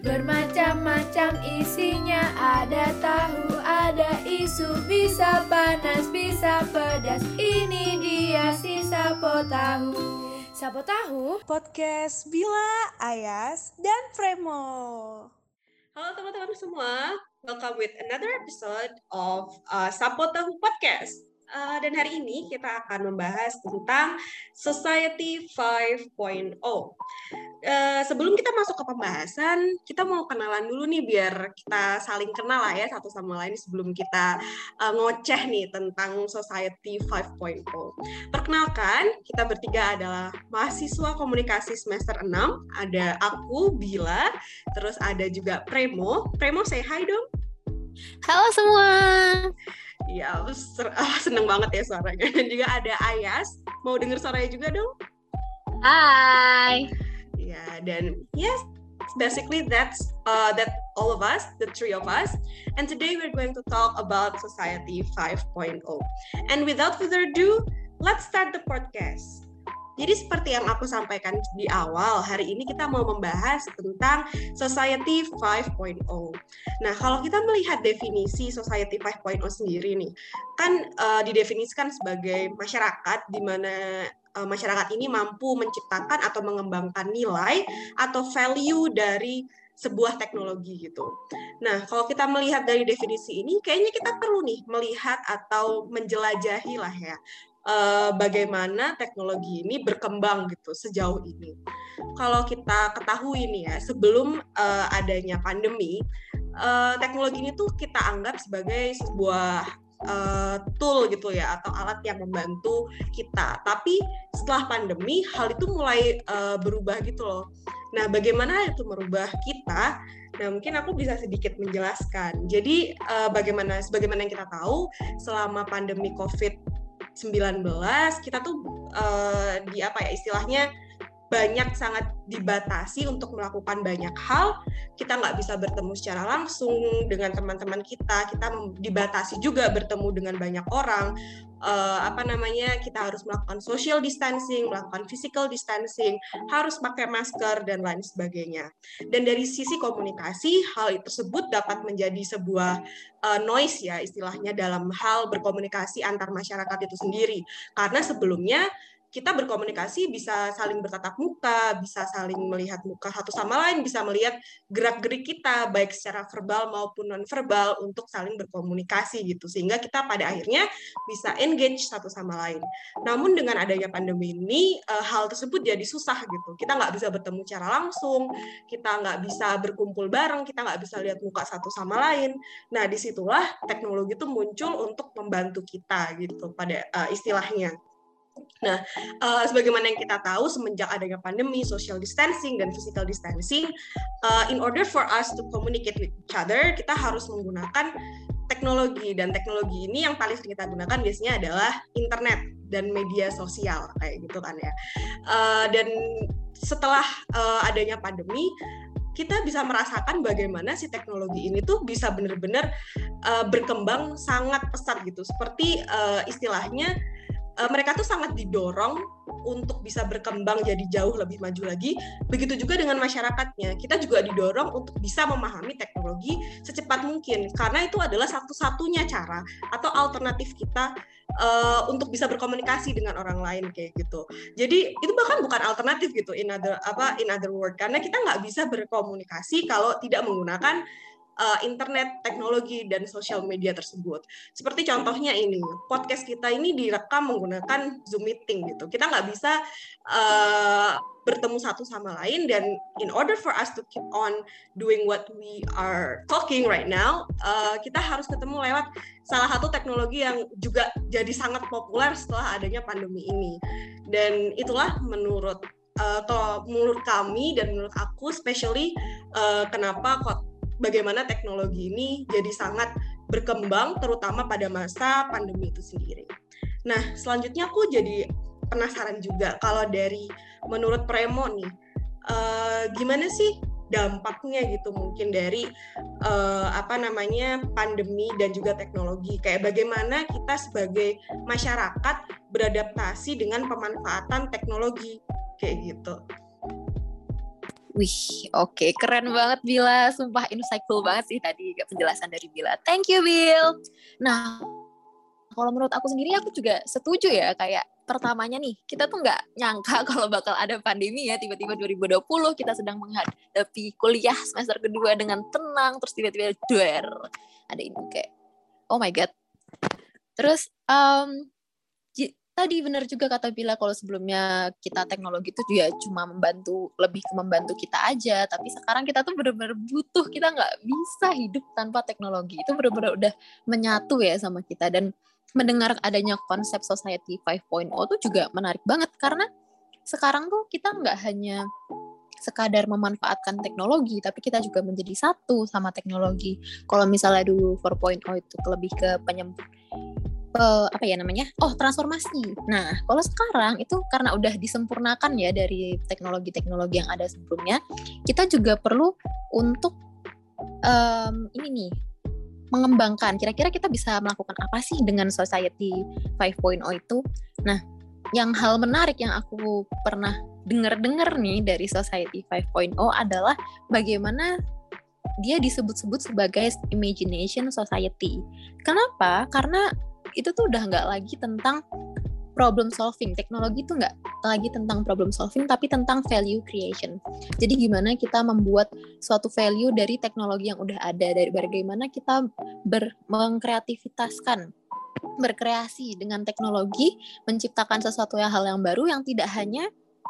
Bermacam-macam isinya, ada tahu, ada isu, bisa panas, bisa pedas. Ini dia si Sapo Tahu. Sapo Tahu, podcast Bila, Ayas, dan Premo. Halo teman-teman semua, welcome with another episode of Sapo Tahu Podcast. Dan hari ini kita akan membahas tentang Society 5.0. Sebelum kita masuk ke pembahasan, kita mau kenalan dulu nih biar kita saling kenal lah ya satu sama lain sebelum kita ngoceh nih tentang Society 5.0. Perkenalkan, kita bertiga adalah mahasiswa komunikasi semester 6. Ada aku, Bila, terus ada juga Premo. Premo, say hi dong. Halo semua. Ya, seneng banget ya suaranya. Dan juga ada Ayas. Mau denger suaranya juga dong? Hai. Ya, dan yes, basically that all of us, the three of us. And today we're going to talk about Society 5.0. And without further ado, let's start the podcast. Jadi seperti yang aku sampaikan di awal, hari ini kita mau membahas tentang Society 5.0. Nah, kalau kita melihat definisi Society 5.0 sendiri nih, kan didefinisikan sebagai masyarakat di mana masyarakat ini mampu menciptakan atau mengembangkan nilai atau value dari sebuah teknologi gitu. Nah, kalau kita melihat dari definisi ini, kayaknya kita perlu nih melihat atau menjelajahi lah ya, bagaimana teknologi ini berkembang gitu sejauh ini. Kalau kita ketahui nih ya, sebelum adanya pandemi, teknologi ini tuh kita anggap sebagai sebuah tool gitu ya, atau alat yang membantu kita. Tapi setelah pandemi, hal itu mulai berubah gitu loh. Nah, bagaimana itu merubah kita? Nah, mungkin aku bisa sedikit menjelaskan. Jadi, sebagaimana yang kita tahu, selama pandemi COVID-19 kita tuh istilahnya sangat dibatasi untuk melakukan banyak hal. Kita nggak bisa bertemu secara langsung dengan teman-teman kita dibatasi juga bertemu dengan banyak orang. Kita harus melakukan social distancing, melakukan physical distancing, harus pakai masker dan lain sebagainya. Dan dari sisi komunikasi, hal tersebut dapat menjadi sebuah noise ya istilahnya dalam hal berkomunikasi antar masyarakat itu sendiri. Karena sebelumnya kita berkomunikasi bisa saling bertatap muka, bisa saling melihat muka satu sama lain, bisa melihat gerak-gerik kita, baik secara verbal maupun non-verbal untuk saling berkomunikasi gitu. Sehingga kita pada akhirnya bisa engage satu sama lain. Namun dengan adanya pandemi ini, hal tersebut jadi susah gitu. Kita nggak bisa bertemu secara langsung, kita nggak bisa berkumpul bareng, kita nggak bisa lihat muka satu sama lain. Nah, disitulah teknologi itu muncul untuk membantu kita gitu pada istilahnya. Nah, sebagaimana yang kita tahu semenjak adanya pandemi, social distancing dan physical distancing, in order for us to communicate with each other, kita harus menggunakan teknologi, dan teknologi ini yang paling sering kita gunakan biasanya adalah internet dan media sosial kayak gitu kan ya. Dan setelah adanya pandemi, kita bisa merasakan bagaimana si teknologi ini tuh bisa benar-benar berkembang sangat pesat gitu. Seperti istilahnya mereka tuh sangat didorong untuk bisa berkembang jadi jauh lebih maju lagi. Begitu juga dengan masyarakatnya. Kita juga didorong untuk bisa memahami teknologi secepat mungkin. Karena itu adalah satu-satunya cara atau alternatif kita untuk bisa berkomunikasi dengan orang lain kayak gitu. Jadi itu bahkan bukan alternatif gitu in other word. Karena kita nggak bisa berkomunikasi kalau tidak menggunakan internet, teknologi, dan sosial media tersebut. Seperti contohnya ini, podcast kita ini direkam menggunakan Zoom meeting gitu. Kita nggak bisa bertemu satu sama lain, dan in order for us to keep on doing what we are talking right now, kita harus ketemu lewat salah satu teknologi yang juga jadi sangat populer setelah adanya pandemi ini. Dan itulah menurut kami dan menurut aku, especially bagaimana teknologi ini jadi sangat berkembang, terutama pada masa pandemi itu sendiri. Nah, selanjutnya aku jadi penasaran juga, kalau dari menurut Premo nih, gimana sih dampaknya gitu mungkin dari pandemi dan juga teknologi, kayak bagaimana kita sebagai masyarakat beradaptasi dengan pemanfaatan teknologi kayak gitu. Wih, oke, keren banget Bila. Sumpah insightful banget sih tadi penjelasan dari Bila. Thank you, Bill. Nah, kalau menurut aku sendiri, aku juga setuju ya. Kayak pertamanya nih, kita tuh nggak nyangka kalau bakal ada pandemi ya. Tiba-tiba 2020 kita sedang menghadapi kuliah semester kedua dengan tenang. Terus tiba-tiba ada ini kayak, oh my God. Terus, tadi benar juga kata Bila kalau sebelumnya kita teknologi itu juga cuma lebih ke membantu kita aja, tapi sekarang kita tuh benar-benar butuh, kita nggak bisa hidup tanpa teknologi, itu benar-benar udah menyatu ya sama kita. Dan mendengar adanya konsep Society 5.0 tuh juga menarik banget, karena sekarang tuh kita nggak hanya sekadar memanfaatkan teknologi, tapi kita juga menjadi satu sama teknologi. Kalau misalnya dulu 4.0 itu lebih ke transformasi. Nah, kalau sekarang itu karena udah disempurnakan ya dari teknologi-teknologi yang ada sebelumnya, kita juga perlu untuk mengembangkan. Kira-kira kita bisa melakukan apa sih dengan Society 5.0 itu? Nah, yang hal menarik yang aku pernah dengar nih dari Society 5.0 adalah bagaimana dia disebut-sebut sebagai Imagination Society. Kenapa? Karena itu tuh udah nggak lagi tentang problem solving. Teknologi itu nggak lagi tentang problem solving, tapi tentang value creation. Jadi gimana kita membuat suatu value dari teknologi yang udah ada, dari bagaimana kita berkreasi dengan teknologi, menciptakan sesuatu hal yang baru yang tidak hanya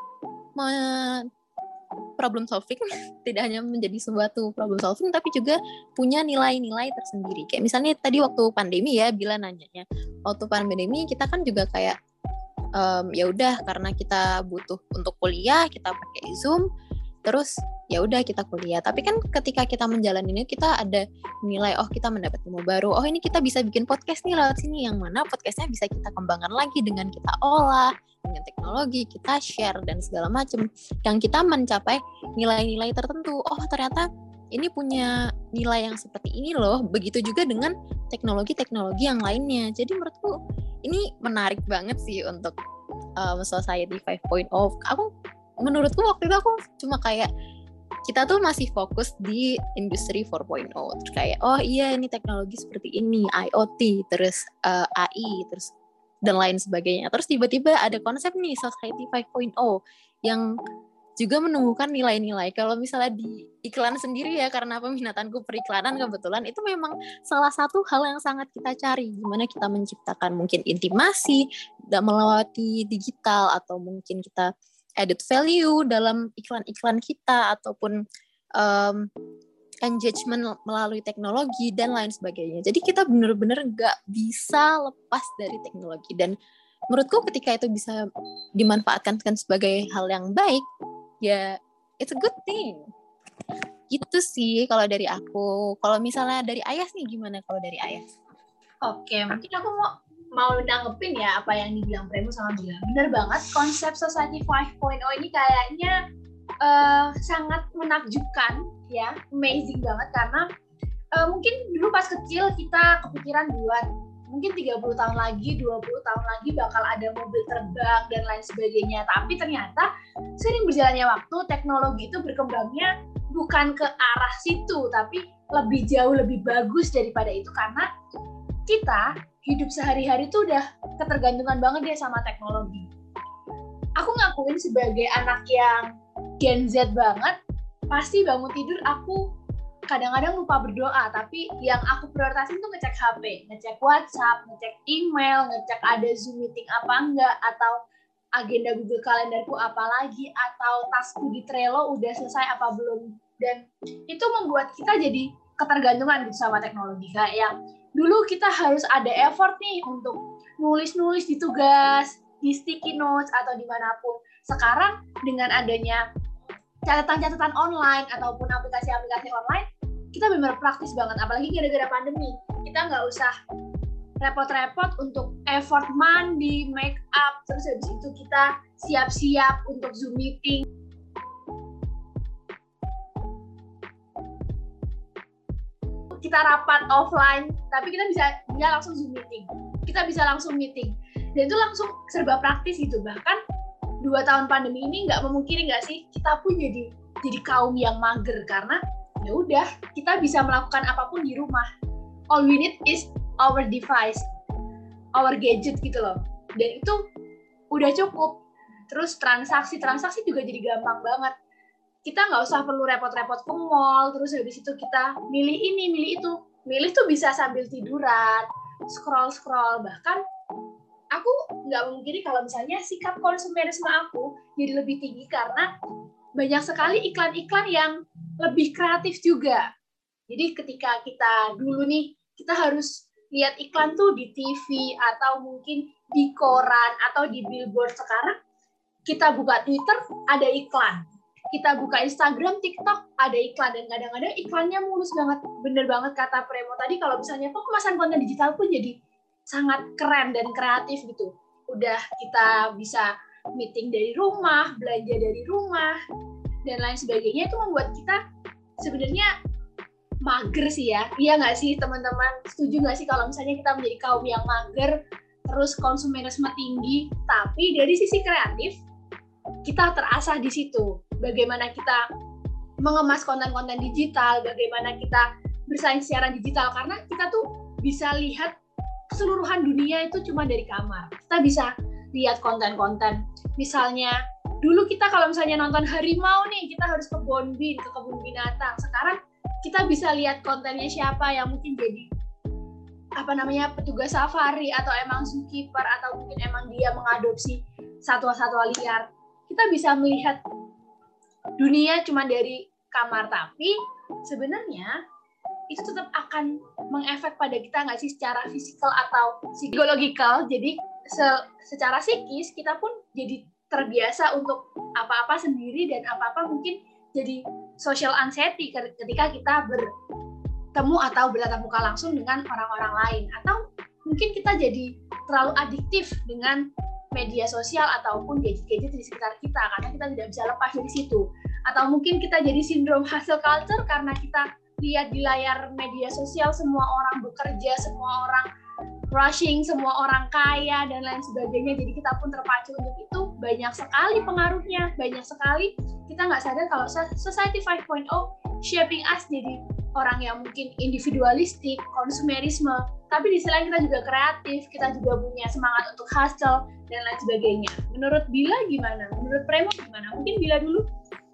problem solving, tidak hanya menjadi suatu problem solving, tapi juga punya nilai-nilai tersendiri. Kayak misalnya tadi waktu pandemi ya, Bila nanyanya, waktu pandemi kita kan juga kayak ya udah karena kita butuh untuk kuliah, kita pakai Zoom, terus ya udah kita kuliah. Tapi kan ketika kita menjalaninya, kita ada nilai, oh kita mendapat ilmu baru, oh ini kita bisa bikin podcast nih lewat sini, yang mana podcastnya bisa kita kembangkan lagi dengan kita olah, dengan teknologi, kita share dan segala macam, yang kita mencapai nilai-nilai tertentu. Oh ternyata ini punya nilai yang seperti ini loh. Begitu juga dengan teknologi-teknologi yang lainnya. Jadi menurutku ini menarik banget sih untuk Society 5.0. Menurutku waktu itu aku cuma kayak, kita tuh masih fokus di industri 4.0. Terus kayak, oh iya ini teknologi seperti ini, IoT, terus AI, terus dan lain sebagainya. Terus tiba-tiba ada konsep nih Society 5.0 yang juga menumbuhkan nilai-nilai. Kalau misalnya di iklan sendiri ya, karena peminatanku periklanan kebetulan, itu memang salah satu hal yang sangat kita cari. Gimana kita menciptakan mungkin intimasi dan melewati digital, atau mungkin kita added value dalam iklan-iklan kita, ataupun engagement melalui teknologi dan lain sebagainya. Jadi kita benar-benar nggak bisa lepas dari teknologi. Dan menurutku ketika itu bisa dimanfaatkan sebagai hal yang baik, ya it's a good thing. Gitu sih kalau dari aku. Kalau misalnya dari Ayas nih, gimana kalau dari Ayas? Oke, mungkin aku mau nanggepin ya apa yang dibilang Premu sama Bila. Bener banget, konsep Society 5.0 ini kayaknya sangat menakjubkan ya, amazing banget, karena mungkin dulu pas kecil kita kepikiran buat mungkin 30 tahun lagi, 20 tahun lagi bakal ada mobil terbang dan lain sebagainya. Tapi ternyata sering berjalannya waktu, teknologi itu berkembangnya bukan ke arah situ, tapi lebih jauh lebih bagus daripada itu, karena kita hidup sehari-hari tuh udah ketergantungan banget deh sama teknologi. Aku ngakuin sebagai anak yang Gen Z banget, pasti bangun tidur aku kadang-kadang lupa berdoa, tapi yang aku prioritasin tuh ngecek HP, ngecek WhatsApp, ngecek email, ngecek ada Zoom meeting apa enggak, atau agenda Google Kalenderku apa lagi, atau tasku di Trello udah selesai apa belum. Dan itu membuat kita jadi ketergantungan gitu sama teknologi. Kayak yang dulu kita harus ada effort nih untuk nulis-nulis di tugas, di sticky notes, atau dimanapun. Sekarang dengan adanya catatan-catatan online ataupun aplikasi-aplikasi online, kita benar-benar praktis banget. Apalagi gara-gara pandemi, kita nggak usah repot-repot untuk effort mandi, make up, terus habis itu kita siap-siap untuk Zoom meeting. Kita rapat offline, tapi kita bisa langsung Zoom meeting. Kita bisa langsung meeting. Dan itu langsung serba praktis gitu. Bahkan 2 tahun pandemi ini nggak memungkiri nggak sih, kita pun jadi jadi kaum yang mager karena ya udah kita bisa melakukan apapun di rumah. All we need is our device, our gadget gitu loh. Dan itu udah cukup. Terus transaksi juga jadi gampang banget. Kita nggak usah perlu repot-repot ke mall, terus habis itu kita milih ini, milih itu. Milih tuh bisa sambil tiduran, scroll. Bahkan aku nggak memungkiri kalau misalnya sikap konsumerisme aku jadi lebih tinggi karena banyak sekali iklan-iklan yang lebih kreatif juga. Jadi ketika kita dulu nih, kita harus lihat iklan tuh di TV atau mungkin di koran atau di billboard. Sekarang kita buka Twitter, ada iklan. Kita buka Instagram, TikTok, ada iklan. Dan kadang-kadang iklannya mulus banget. Bener banget kata Premo tadi, kalau misalnya pengemasan konten digital pun jadi sangat keren dan kreatif gitu. Udah kita bisa meeting dari rumah, belanja dari rumah, dan lain sebagainya. Itu membuat kita sebenarnya mager sih ya. Iya nggak sih teman-teman? Setuju nggak sih kalau misalnya kita menjadi kaum yang mager, terus konsumerisme tinggi, tapi dari sisi kreatif, kita terasah di situ. Bagaimana kita mengemas konten-konten digital, bagaimana kita bersaing secara digital, karena kita tuh bisa lihat keseluruhan dunia itu cuma dari kamar. Kita bisa lihat konten-konten. Misalnya, dulu kita kalau misalnya nonton harimau nih, kita harus ke Bonbin, ke kebun binatang. Sekarang kita bisa lihat kontennya siapa yang mungkin jadi petugas safari, atau emang zookeeper, atau mungkin emang dia mengadopsi satwa-satwa liar. Kita bisa melihat dunia cuma dari kamar, tapi sebenarnya itu tetap akan mengefek pada kita nggak sih secara fisikal atau psikologikal. Jadi secara psikis kita pun jadi terbiasa untuk apa-apa sendiri, dan apa-apa mungkin jadi social anxiety ketika kita bertemu atau bertatap muka langsung dengan orang-orang lain. Atau mungkin kita jadi terlalu adiktif dengan media sosial ataupun gadget-gadget di sekitar kita, karena kita tidak bisa lepas dari situ. Atau mungkin kita jadi sindrom hustle culture karena kita lihat di layar media sosial semua orang bekerja, semua orang rushing, semua orang kaya, dan lain sebagainya. Jadi kita pun terpacu untuk itu. Banyak sekali pengaruhnya, banyak sekali kita nggak sadar kalau Society 5.0 shaping us jadi orang yang mungkin individualistik, konsumerisme, tapi di sisi lain kita juga kreatif, kita juga punya semangat untuk hustle, dan lain sebagainya. Menurut Bila gimana? Menurut Premo gimana? Mungkin Bila dulu.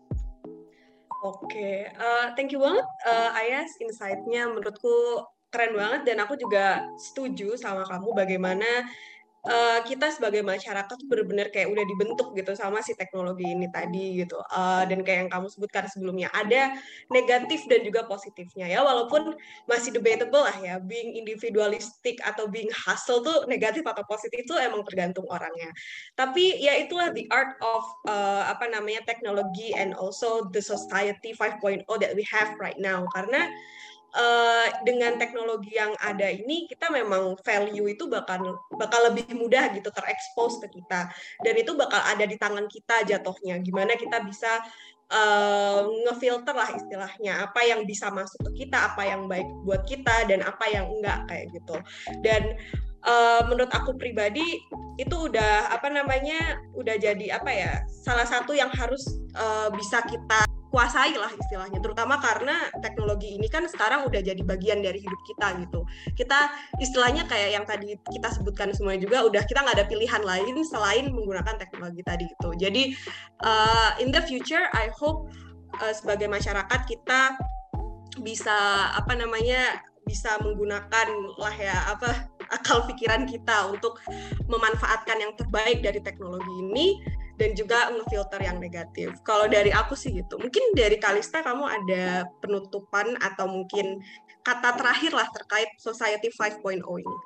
Oke, thank you banget Ayas, insight-nya menurutku keren banget, dan aku juga setuju sama kamu bagaimana kita sebagai masyarakat tuh benar-benar kayak udah dibentuk gitu sama si teknologi ini tadi gitu. Dan kayak yang kamu sebutkan sebelumnya, ada negatif dan juga positifnya ya, walaupun masih debatable lah ya, being individualistic atau being hustle tuh negatif atau positif itu emang tergantung orangnya. Tapi ya itulah the art of teknologi and also the society 5.0 that we have right now. Karena dengan teknologi yang ada ini, kita memang value itu bakal lebih mudah gitu terekspos ke kita, dan itu bakal ada di tangan kita jatuhnya, gimana kita bisa ngefilter lah istilahnya, apa yang bisa masuk ke kita, apa yang baik buat kita, dan apa yang enggak kayak gitu. Dan menurut aku pribadi itu udah udah jadi salah satu yang harus bisa kita kuasai lah istilahnya, terutama karena teknologi ini kan sekarang udah jadi bagian dari hidup kita gitu. Kita istilahnya kayak yang tadi kita sebutkan semuanya juga, udah kita nggak ada pilihan lain selain menggunakan teknologi tadi gitu. Jadi in the future I hope sebagai masyarakat kita bisa bisa menggunakan lah ya akal pikiran kita untuk memanfaatkan yang terbaik dari teknologi ini, dan juga ngefilter yang negatif. Kalau dari aku sih gitu. Mungkin dari Kalista, kamu ada penutupan atau mungkin kata terakhir lah terkait Society 5.0 ini.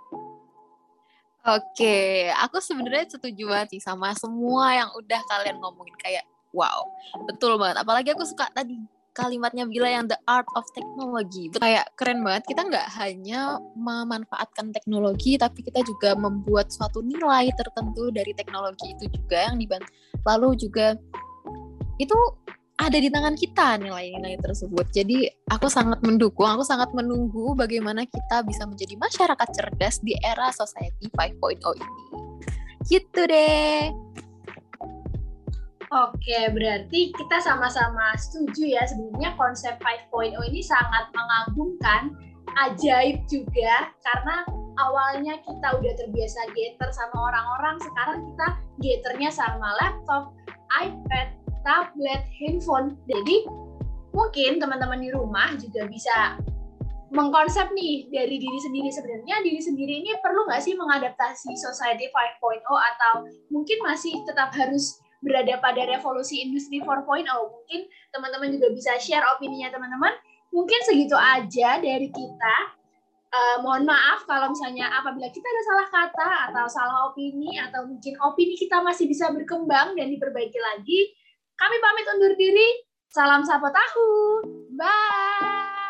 Oke, aku sebenarnya setuju banget sih sama semua yang udah kalian ngomongin, kayak wow, betul banget. Apalagi aku suka tadi kalimatnya Bila yang the art of technology. Kayak keren banget, kita nggak hanya memanfaatkan teknologi, tapi kita juga membuat suatu nilai tertentu dari teknologi itu juga yang dibantu. Lalu juga itu ada di tangan kita nilai-nilai tersebut. Jadi aku sangat mendukung, aku sangat menunggu bagaimana kita bisa menjadi masyarakat cerdas di era Society 5.0 ini. Gitu deh. Oke, berarti kita sama-sama setuju ya sebenarnya konsep 5.0 ini sangat mengagumkan, ajaib juga karena awalnya kita udah terbiasa gater sama orang-orang, sekarang kita gaternya sama laptop, iPad, tablet, handphone. Jadi mungkin teman-teman di rumah juga bisa mengkonsep nih dari diri sendiri, sebenarnya diri sendiri ini perlu nggak sih mengadaptasi Society 5.0 atau mungkin masih tetap harus berada pada revolusi industri 4.0. Mungkin teman-teman juga bisa share opininya teman-teman. Mungkin segitu aja dari kita. Mohon maaf kalau misalnya apabila kita ada salah kata atau salah opini atau mungkin opini kita masih bisa berkembang dan diperbaiki lagi. Kami pamit undur diri. Salam Sapo Tahu. Bye.